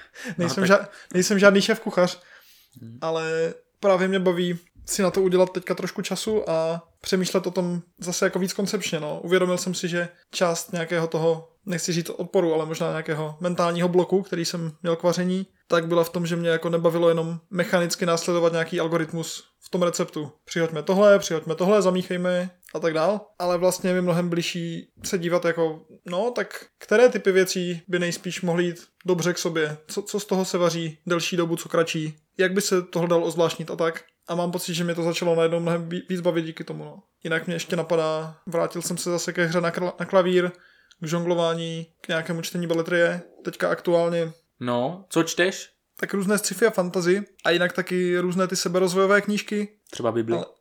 Nejsem žádný šéf kuchař, ale právě mě baví si na to udělat teďka trošku času a přemýšlet o tom zase jako víc koncepčně. No. Uvědomil jsem si, že část nějakého toho, nechci říct odporu, ale možná nějakého mentálního bloku, který jsem měl k vaření, tak byla v tom, že mě jako nebavilo jenom mechanicky následovat nějaký algoritmus v tom receptu. Přihoďme tohle, zamíchejme a tak dál. Ale vlastně je mi mnohem bližší se dívat jako, no tak které typy věcí by nejspíš mohly jít dobře k sobě. Co z toho se vaří delší dobu, co kratší. Jak by se tohle dalo ozvláštnit a tak. A mám pocit, že mě to začalo najednou mnohem víc bavit díky tomu. No. Jinak mě ještě napadá, vrátil jsem se zase ke hře na klavír, k žonglování, k nějakému čtení beletrie. Teďka aktuálně. No, co čteš? Tak různé sci-fi a fantasy a jinak taky různé ty seberozvojové knížky. Třeba Bibli. Ale...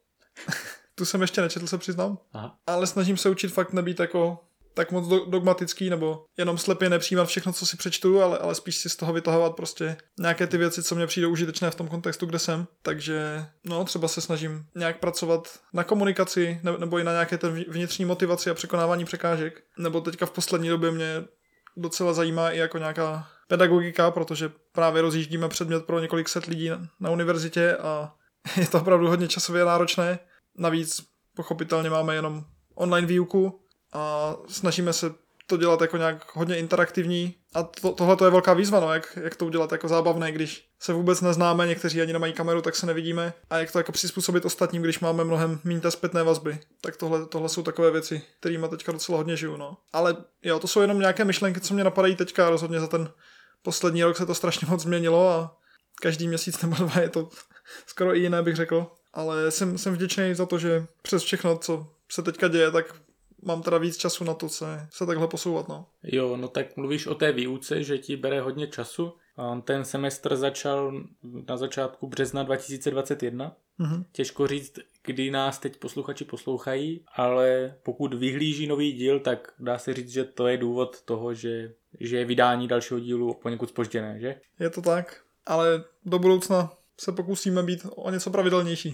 tu jsem ještě nečetl, se přiznám. Aha. Ale snažím se učit fakt nebýt jako tak moc dogmatický nebo jenom slepě nepřijímat všechno, co si přečtu, ale spíš si z toho vytahovat prostě nějaké ty věci, co mě přijdou užitečné v tom kontextu, kde jsem. Takže no, třeba se snažím nějak pracovat na komunikaci nebo i na nějaké ten vnitřní motivaci a překonávání překážek. Nebo teďka v poslední době mě docela zajímá i jako nějaká pedagogika, protože právě rozjíždíme předmět pro několik set lidí na univerzitě a je to opravdu hodně časově náročné. Navíc pochopitelně máme jenom online výuku a snažíme se to dělat jako nějak hodně interaktivní a tohle to je velká výzva, no, jak to udělat jako zábavné, když se vůbec neznáme, někteří ani nemají kameru, tak se nevidíme a jak to jako přizpůsobit ostatním, když máme mnohem méně té zpětné vazby. Tak tohle jsou takové věci, kterými teďka docela hodně žiju, no. Ale jo, to jsou jenom nějaké myšlenky, co mě napadají teďka, rozhodně za ten poslední rok se to strašně moc změnilo a každý měsíc nebo 2 je to skoro i jiné, bych řekl. Ale jsem vděčný za to, že přes všechno, co se teďka děje, tak mám teda víc času na to se takhle posouvat, no. Jo, no tak mluvíš o té výuce, že ti bere hodně času. Ten semestr začal na začátku března 2021. Mm-hmm. Těžko říct, kdy nás teď posluchači poslouchají, ale pokud vyhlíží nový díl, tak dá se říct, že to je důvod toho, že je vydání dalšího dílu poněkud zpožděné, že? Je to tak, ale do budoucna se pokusíme být o něco pravidelnější.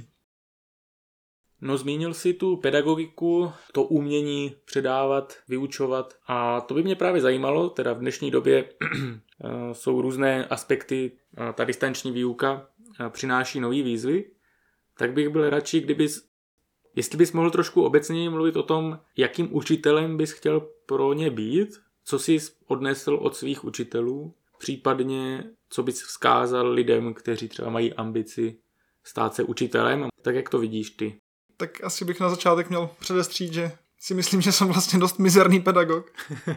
No, zmínil si tu pedagogiku, to umění předávat, vyučovat a to by mě právě zajímalo, teda v dnešní době jsou různé aspekty, ta distanční výuka přináší nové výzvy, tak bych byl radši, jestli bys mohl trošku obecněji mluvit o tom, jakým učitelem bys chtěl pro ně být, co jsi odnesl od svých učitelů, případně co bys vzkázal lidem, kteří třeba mají ambici stát se učitelem, tak jak to vidíš ty? Tak asi bych na začátek měl předestřít, že si myslím, že jsem vlastně dost mizerný pedagog.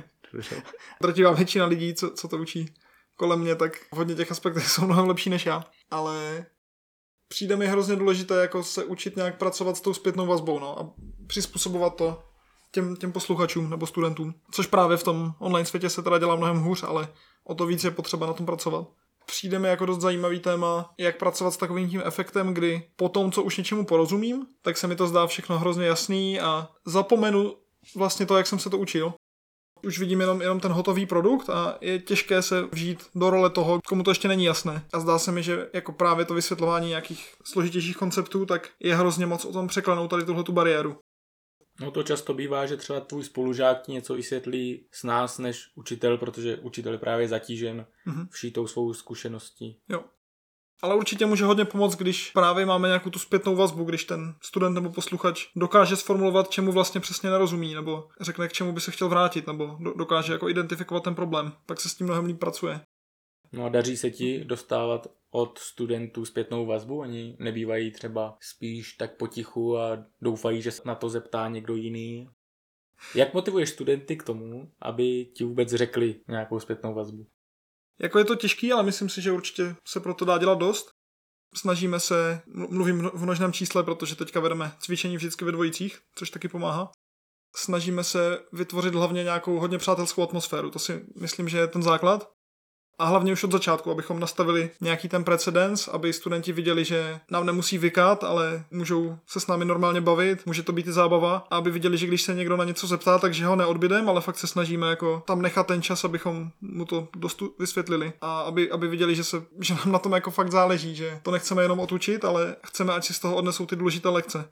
Drtivá většina lidí, co to učí kolem mě, tak v hodně těch aspektech jsou mnohem lepší než já. Ale přijde mi hrozně důležité jako se učit nějak pracovat s tou zpětnou vazbou, no, a přizpůsobovat to těm posluchačům nebo studentům. Což právě v tom online světě se teda dělá mnohem hůř, ale o to víc je potřeba na tom pracovat. Přijde mi jako dost zajímavý téma, jak pracovat s takovým tím efektem, kdy po tom, co už něčemu porozumím, tak se mi to zdá všechno hrozně jasný a zapomenu vlastně to, jak jsem se to učil. Už vidím jenom ten hotový produkt a je těžké se vžít do role toho, komu to ještě není jasné. A zdá se mi, že jako právě to vysvětlování nějakých složitějších konceptů, tak je hrozně moc o tom překlenout tady tuhletu bariéru. No to často bývá, že třeba tvůj spolužák ti něco vysvětlí s nás než učitel, protože učitel je právě zatížen všítou svou zkušeností. Jo. Ale určitě může hodně pomoct, když právě máme nějakou tu zpětnou vazbu, když ten student nebo posluchač dokáže sformulovat, čemu vlastně přesně nerozumí, nebo řekne, k čemu by se chtěl vrátit, nebo dokáže jako identifikovat ten problém. Pak se s tím mnohem líp pracuje. No a daří se ti dostávat od studentů zpětnou vazbu? Oni nebývají třeba spíš tak potichu a doufají, že se na to zeptá někdo jiný? Jak motivuješ studenty k tomu, aby ti vůbec řekli nějakou zpětnou vazbu? Jako je to těžký, ale myslím si, že určitě se pro to dá dělat dost. Snažíme se, mluvím v množném čísle, protože teďka vedeme cvičení vždycky ve dvojicích, což taky pomáhá. Snažíme se vytvořit hlavně nějakou hodně přátelskou atmosféru, to si myslím, že je ten základ. A hlavně už od začátku, abychom nastavili nějaký ten precedens, aby studenti viděli, že nám nemusí vykat, ale můžou se s námi normálně bavit, může to být i zábava, a aby viděli, že když se někdo na něco zeptá, takže ho neodbydeme, ale fakt se snažíme jako tam nechat ten čas, abychom mu to dost vysvětlili a aby viděli, že nám na tom jako fakt záleží, že to nechceme jenom odučit, ale chceme, ať si z toho odnesou ty důležité lekce.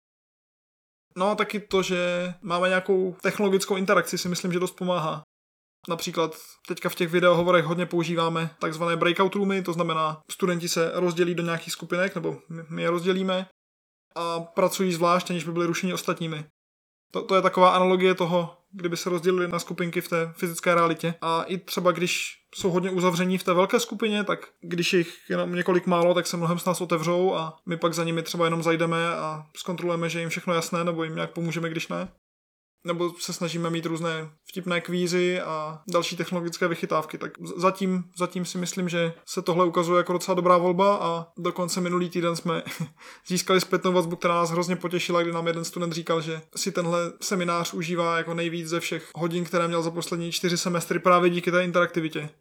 No a taky to, že máme nějakou technologickou interakci, si myslím, že dost pomáhá. Například teďka v těch videohovorech hodně používáme takzvané breakout roomy, to znamená, studenti se rozdělí do nějakých skupinek, nebo my je rozdělíme a pracují zvlášť, aniž by byli rušeni ostatními. To je taková analogie toho, kdyby se rozdělili na skupinky v té fyzické realitě. A i třeba když jsou hodně uzavření v té velké skupině, tak když jich jenom několik málo, tak se mnohem s nás otevřou a my pak za nimi třeba jenom zajdeme a zkontrolujeme, že jim všechno jasné, nebo jim nějak pomůžeme, když ne. Nebo se snažíme mít různé vtipné kvízy a další technologické vychytávky. Tak zatím si myslím, že se tohle ukazuje jako docela dobrá volba a dokonce minulý týden jsme získali zpětnou vazbu, která nás hrozně potěšila, kdy nám jeden student říkal, že si tenhle seminář užívá jako nejvíc ze všech hodin, které měl za poslední 4 semestry právě díky té interaktivitě.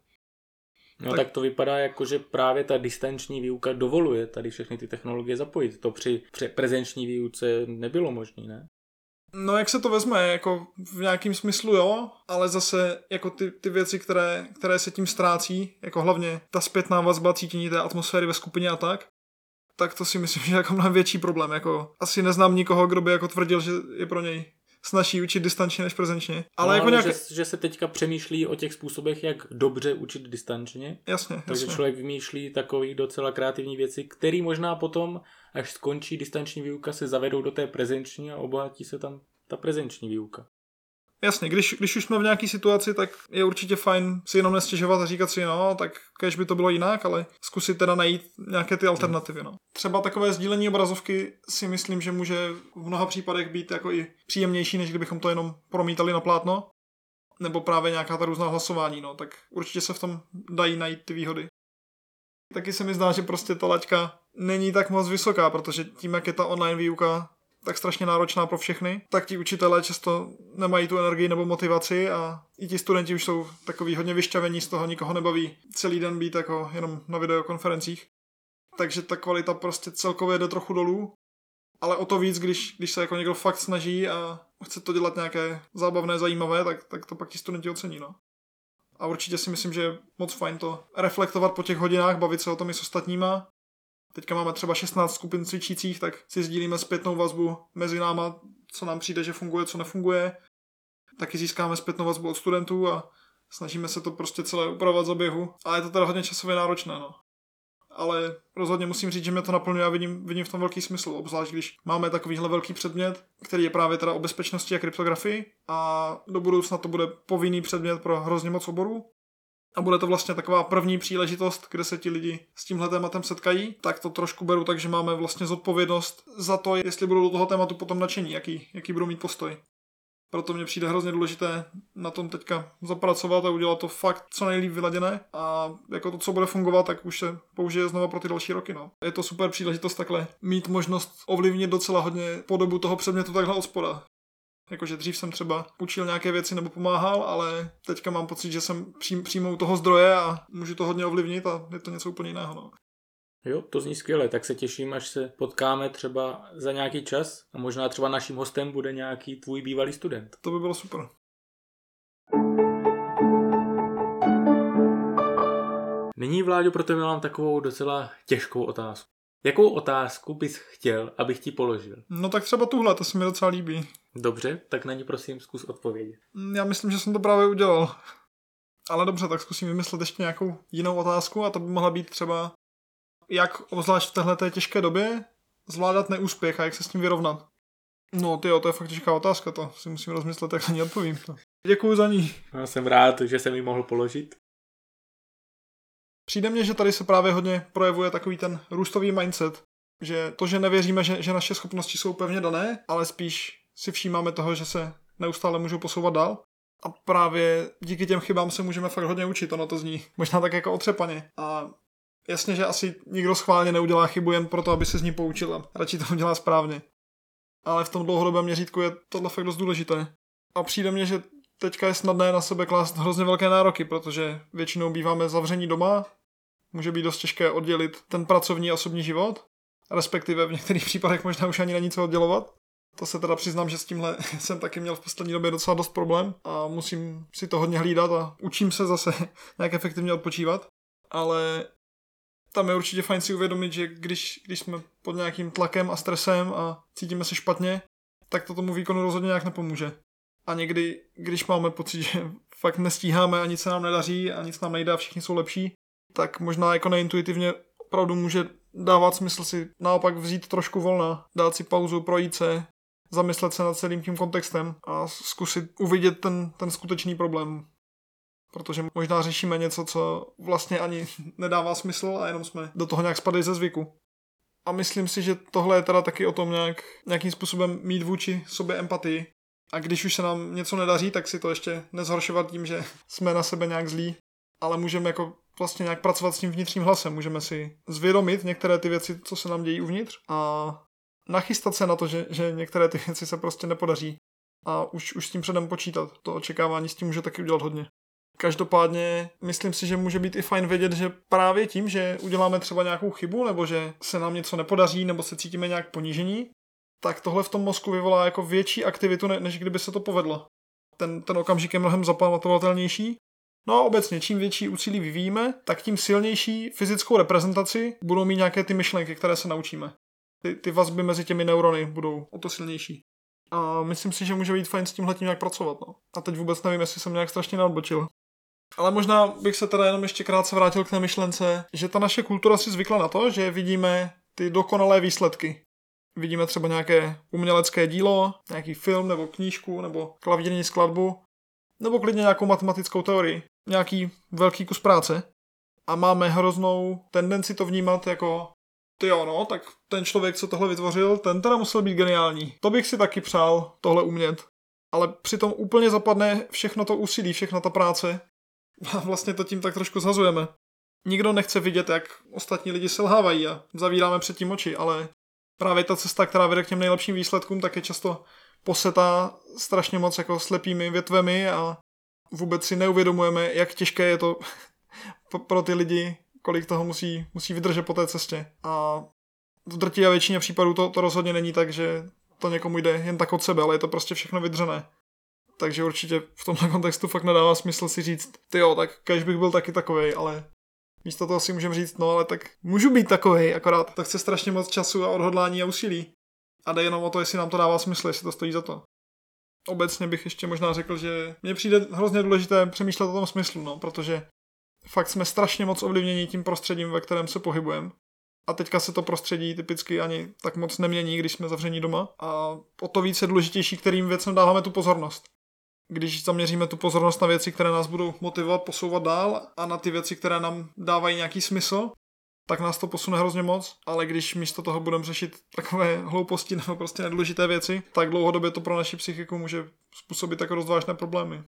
No tak to vypadá jako, že právě ta distanční výuka dovoluje tady všechny ty technologie zapojit. To při prezenční výuce nebylo možné, ne? No jak se to vezme, jako v nějakým smyslu jo, ale zase jako ty věci, které se tím ztrácí, jako hlavně ta zpětná vazba, cítění té atmosféry ve skupině a tak to si myslím, že je jako mnohem větší problém. Jako asi neznám nikoho, kdo by jako tvrdil, že je pro něj snazší učit distančně než prezenčně. Ale jako že se teďka přemýšlí o těch způsobech, jak dobře učit distančně. Jasně. Takže člověk vymýšlí takový docela kreativní věci, které možná potom, až skončí distanční výuka, se zavedou do té prezenční a obohatí se tam ta prezenční výuka. Jasně, když už jsme v nějaké situaci, tak je určitě fajn si jenom nestěžovat a říkat si, no, tak kéž by to bylo jinak, ale zkusit teda najít nějaké ty alternativy, no. Třeba takové sdílení obrazovky si myslím, že může v mnoha případech být jako i příjemnější, než kdybychom to jenom promítali na plátno, nebo právě nějaká ta různá hlasování, no, tak určitě se v tom dají najít ty výhody. Taky se mi zdá, že prostě ta laťka není tak moc vysoká, protože tím, jak je ta online výuka tak strašně náročná pro všechny, tak ti učitelé často nemají tu energii nebo motivaci a i ti studenti už jsou takový hodně vyšťavení z toho, nikoho nebaví celý den být jako jenom na videokonferencích. Takže ta kvalita prostě celkově jde trochu dolů, ale o to víc, když se jako někdo fakt snaží a chce to dělat nějaké zábavné, zajímavé, tak to pak ti studenti ocení, no. A určitě si myslím, že je moc fajn to reflektovat po těch hodinách, bavit se o tom i s ostatníma. Teďka máme třeba 16 skupin cvičících, tak si sdílíme zpětnou vazbu mezi náma, co nám přijde, že funguje, co nefunguje. Taky získáme zpětnou vazbu od studentů a snažíme se to prostě celé upravovat za běhu. A je to teda hodně časově náročné, no. Ale rozhodně musím říct, že mě to naplňuje a vidím v tom velký smysl, obzvlášť když máme takovýhle velký předmět, který je právě teda o bezpečnosti a kryptografii a do budoucna to bude povinný předmět pro hrozně moc oborů. A bude to vlastně taková první příležitost, kde se ti lidi s tímhle tématem setkají, tak to trošku beru tak, že máme vlastně zodpovědnost za to, jestli budou do toho tématu potom nadšení, jaký budou mít postoj. Proto mně přijde hrozně důležité na tom teďka zapracovat a udělat to fakt co nejlíp vyladěné a jako to, co bude fungovat, tak už se použije znova pro ty další roky. No. Je to super příležitost takhle mít možnost ovlivnit docela hodně podobu toho předmětu takhle odspoda. Jakože dřív jsem třeba učil nějaké věci nebo pomáhal, ale teďka mám pocit, že jsem přímou toho zdroje a můžu to hodně ovlivnit a je to něco úplně jiného. No. Jo, to zní skvěle, tak se těším, až se potkáme třeba za nějaký čas a možná třeba naším hostem bude nějaký tvůj bývalý student. To by bylo super. Nyní, Vláďo, pro tebe mám takovou docela těžkou otázku. Jakou otázku bys chtěl, abych ti položil? No tak třeba tuhle, to se mi docela líbí. Dobře, tak na ní prosím zkus odpovědět. Já myslím, že jsem to právě udělal. Ale dobře, tak zkusím vymyslet ještě nějakou jinou otázku a to by mohla být třeba, jak obzvlášť v téhleté těžké době zvládat neúspěch a jak se s tím vyrovnat. No tyjo, to je fakt těžká otázka, to si musím rozmyslet, jak na ní odpovím. Děkuju za ní. Já jsem rád, že jsem ji mohl položit. Přijde mně, že tady se právě hodně projevuje takový ten růstový mindset, že to, že nevěříme, že naše schopnosti jsou pevně dané, ale spíš si všímáme toho, že se neustále můžou posouvat dál. A právě díky těm chybám se můžeme fakt hodně učit, ono to zní možná tak jako otřepaně. A jasně, že asi nikdo schválně neudělá chybu jen proto, aby se z ní poučil a radši to udělá správně. Ale v tom dlouhodobém měřítku je tohle fakt dost důležité. A přijde mně, že teďka je snadné na sebe klást hrozně velké nároky, protože většinou býváme zavření doma, může být dost těžké oddělit ten pracovní a osobní život, respektive v některých případech možná už ani není co oddělovat. To se teda přiznám, že s tímhle jsem taky měl v poslední době docela dost problém a musím si to hodně hlídat a učím se zase nějak efektivně odpočívat. Ale tam je určitě fajn si uvědomit, že když jsme pod nějakým tlakem a stresem a cítíme se špatně, tak to tomu výkonu rozhodně nějak nepomůže. A někdy, když máme pocit, že fakt nestíháme a nic se nám nedaří a nic nám nejde a všichni jsou lepší, tak možná jako neintuitivně opravdu může dávat smysl si naopak vzít trošku volna, dát si pauzu, projít se, zamyslet se nad celým tím kontextem a zkusit uvidět ten skutečný problém. Protože možná řešíme něco, co vlastně ani nedává smysl a jenom jsme do toho nějak spadli ze zvyku. A myslím si, že tohle je teda taky o tom nějakým způsobem mít vůči sobě empatii. A když už se nám něco nedaří, tak si to ještě nezhoršovat tím, že jsme na sebe nějak zlí, ale můžeme jako vlastně nějak pracovat s tím vnitřním hlasem. Můžeme si zvědomit některé ty věci, co se nám dějí uvnitř a nachystat se na to, že některé ty věci se prostě nepodaří a už s tím předem počítat. To očekávání s tím může taky udělat hodně. Každopádně myslím si, že může být i fajn vědět, že právě tím, že uděláme třeba nějakou chybu nebo že se nám něco nepodaří nebo se cítíme nějak ponížení, tak tohle v tom mozku vyvolá jako větší aktivitu, než kdyby se to povedlo. Ten okamžik je mnohem zapamatovatelnější. No a obecně, čím větší úsilí vyvíjíme, tak tím silnější fyzickou reprezentaci budou mít nějaké ty myšlenky, které se naučíme. Ty vazby mezi těmi neurony budou o to silnější. A myslím si, že může být fajn s tímhletím nějak pracovat. No. A teď vůbec nevím, jestli jsem nějak strašně neodbočil. Ale možná bych se teda jenom ještě krátce vrátil k té myšlence, že ta naše kultura si zvykla na to, že vidíme ty dokonalé výsledky. Vidíme třeba nějaké umělecké dílo, nějaký film nebo knížku nebo klavírní skladbu, nebo klidně nějakou matematickou teorii, nějaký velký kus práce. A máme hroznou tendenci to vnímat jako tyjo, no, tak ten člověk, co tohle vytvořil, ten teda musel být geniální. To bych si taky přál tohle umět. Ale přitom úplně zapadne všechno to úsilí, všechna ta práce. A vlastně to tím tak trošku zhazujeme. Nikdo nechce vidět, jak ostatní lidi selhávají a zavíráme před tím oči, ale právě ta cesta, která vede k těm nejlepším výsledkům, tak je často posetá strašně moc jako slepými větvemi a vůbec si neuvědomujeme, jak těžké je to pro ty lidi, kolik toho musí vydržet po té cestě. A v drtivé většině případů to rozhodně není tak, že to někomu jde jen tak od sebe, ale je to prostě všechno vydřené. Takže určitě v tomto kontextu fakt nedává smysl si říct, tyjo, tak kéž bych byl taky takovej, ale místo toho si můžeme říct, no ale tak můžu být takovej, akorát to chce strašně moc času a odhodlání a úsilí. A jde jenom o to, jestli nám to dává smysl, jestli to stojí za to. Obecně bych ještě možná řekl, že mně přijde hrozně důležité přemýšlet o tom smyslu, no, protože fakt jsme strašně moc ovlivněni tím prostředím, ve kterém se pohybujeme. A teďka se to prostředí typicky ani tak moc nemění, když jsme zavření doma. A o to více důležitější, kterým věcem dáváme tu pozornost. Když zaměříme tu pozornost na věci, které nás budou motivovat, posouvat dál a na ty věci, které nám dávají nějaký smysl, tak nás to posune hrozně moc, ale když místo toho budeme řešit takové hlouposti nebo prostě nedůležité věci, tak dlouhodobě to pro naši psychiku může způsobit jako dost vážné problémy.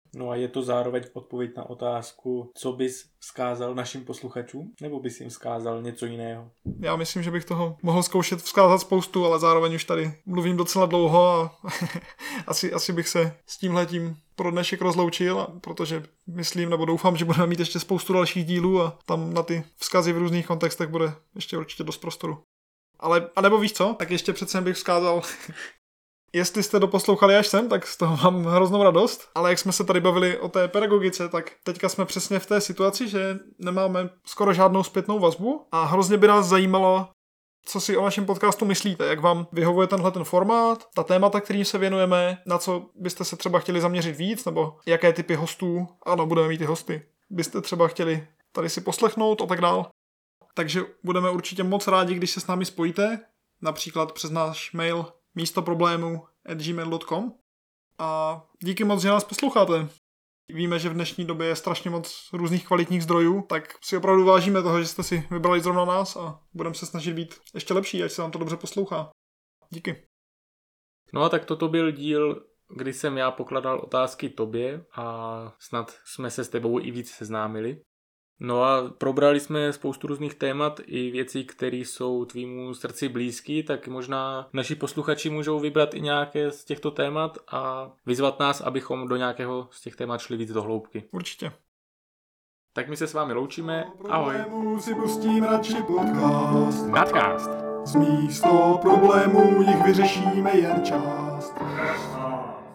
No a je to zároveň odpověď na otázku, co bys vzkázal našim posluchačům, nebo bys jim vzkázal něco jiného? Já myslím, že bych toho mohl zkoušet vzkázat spoustu, ale zároveň už tady mluvím docela dlouho a asi bych se s tímhletím pro dnešek rozloučil, protože myslím nebo doufám, že budeme mít ještě spoustu dalších dílů a tam na ty vzkazy v různých kontextech bude ještě určitě dost prostoru. Ale, anebo víš co, tak ještě přece bych vzkázal, jestli jste doposlouchali až sem, tak z toho mám hroznou radost, ale jak jsme se tady bavili o té pedagogice, tak teďka jsme přesně v té situaci, že nemáme skoro žádnou zpětnou vazbu a hrozně by nás zajímalo, co si o našem podcastu myslíte, jak vám vyhovuje tenhle ten formát, ta témata, kterým se věnujeme, na co byste se třeba chtěli zaměřit víc, nebo jaké typy hostů, ano, budeme mít i hosty, byste třeba chtěli tady si poslechnout a tak dál. Takže budeme určitě moc rádi, když se s námi spojíte, například přes náš mail místoproblémů@gmail.com a díky moc, že nás posloucháte. Víme, že v dnešní době je strašně moc různých kvalitních zdrojů, tak si opravdu vážíme toho, že jste si vybrali zrovna nás a budeme se snažit být ještě lepší, ať se vám to dobře poslouchá. Díky. No a tak toto byl díl, kdy jsem já pokladal otázky tobě a snad jsme se s tebou i víc seznámili. No a probrali jsme spoustu různých témat i věcí, které jsou tvýmu srdci blízký, tak možná naši posluchači můžou vybrat i nějaké z těchto témat a vyzvat nás, abychom do nějakého z těch témat šli víc do hloubky. Určitě. Tak my se s vámi loučíme. Ahoj. Si pustím radši podcast. Nadcast. Z místo problémů jich vyřešíme jen část.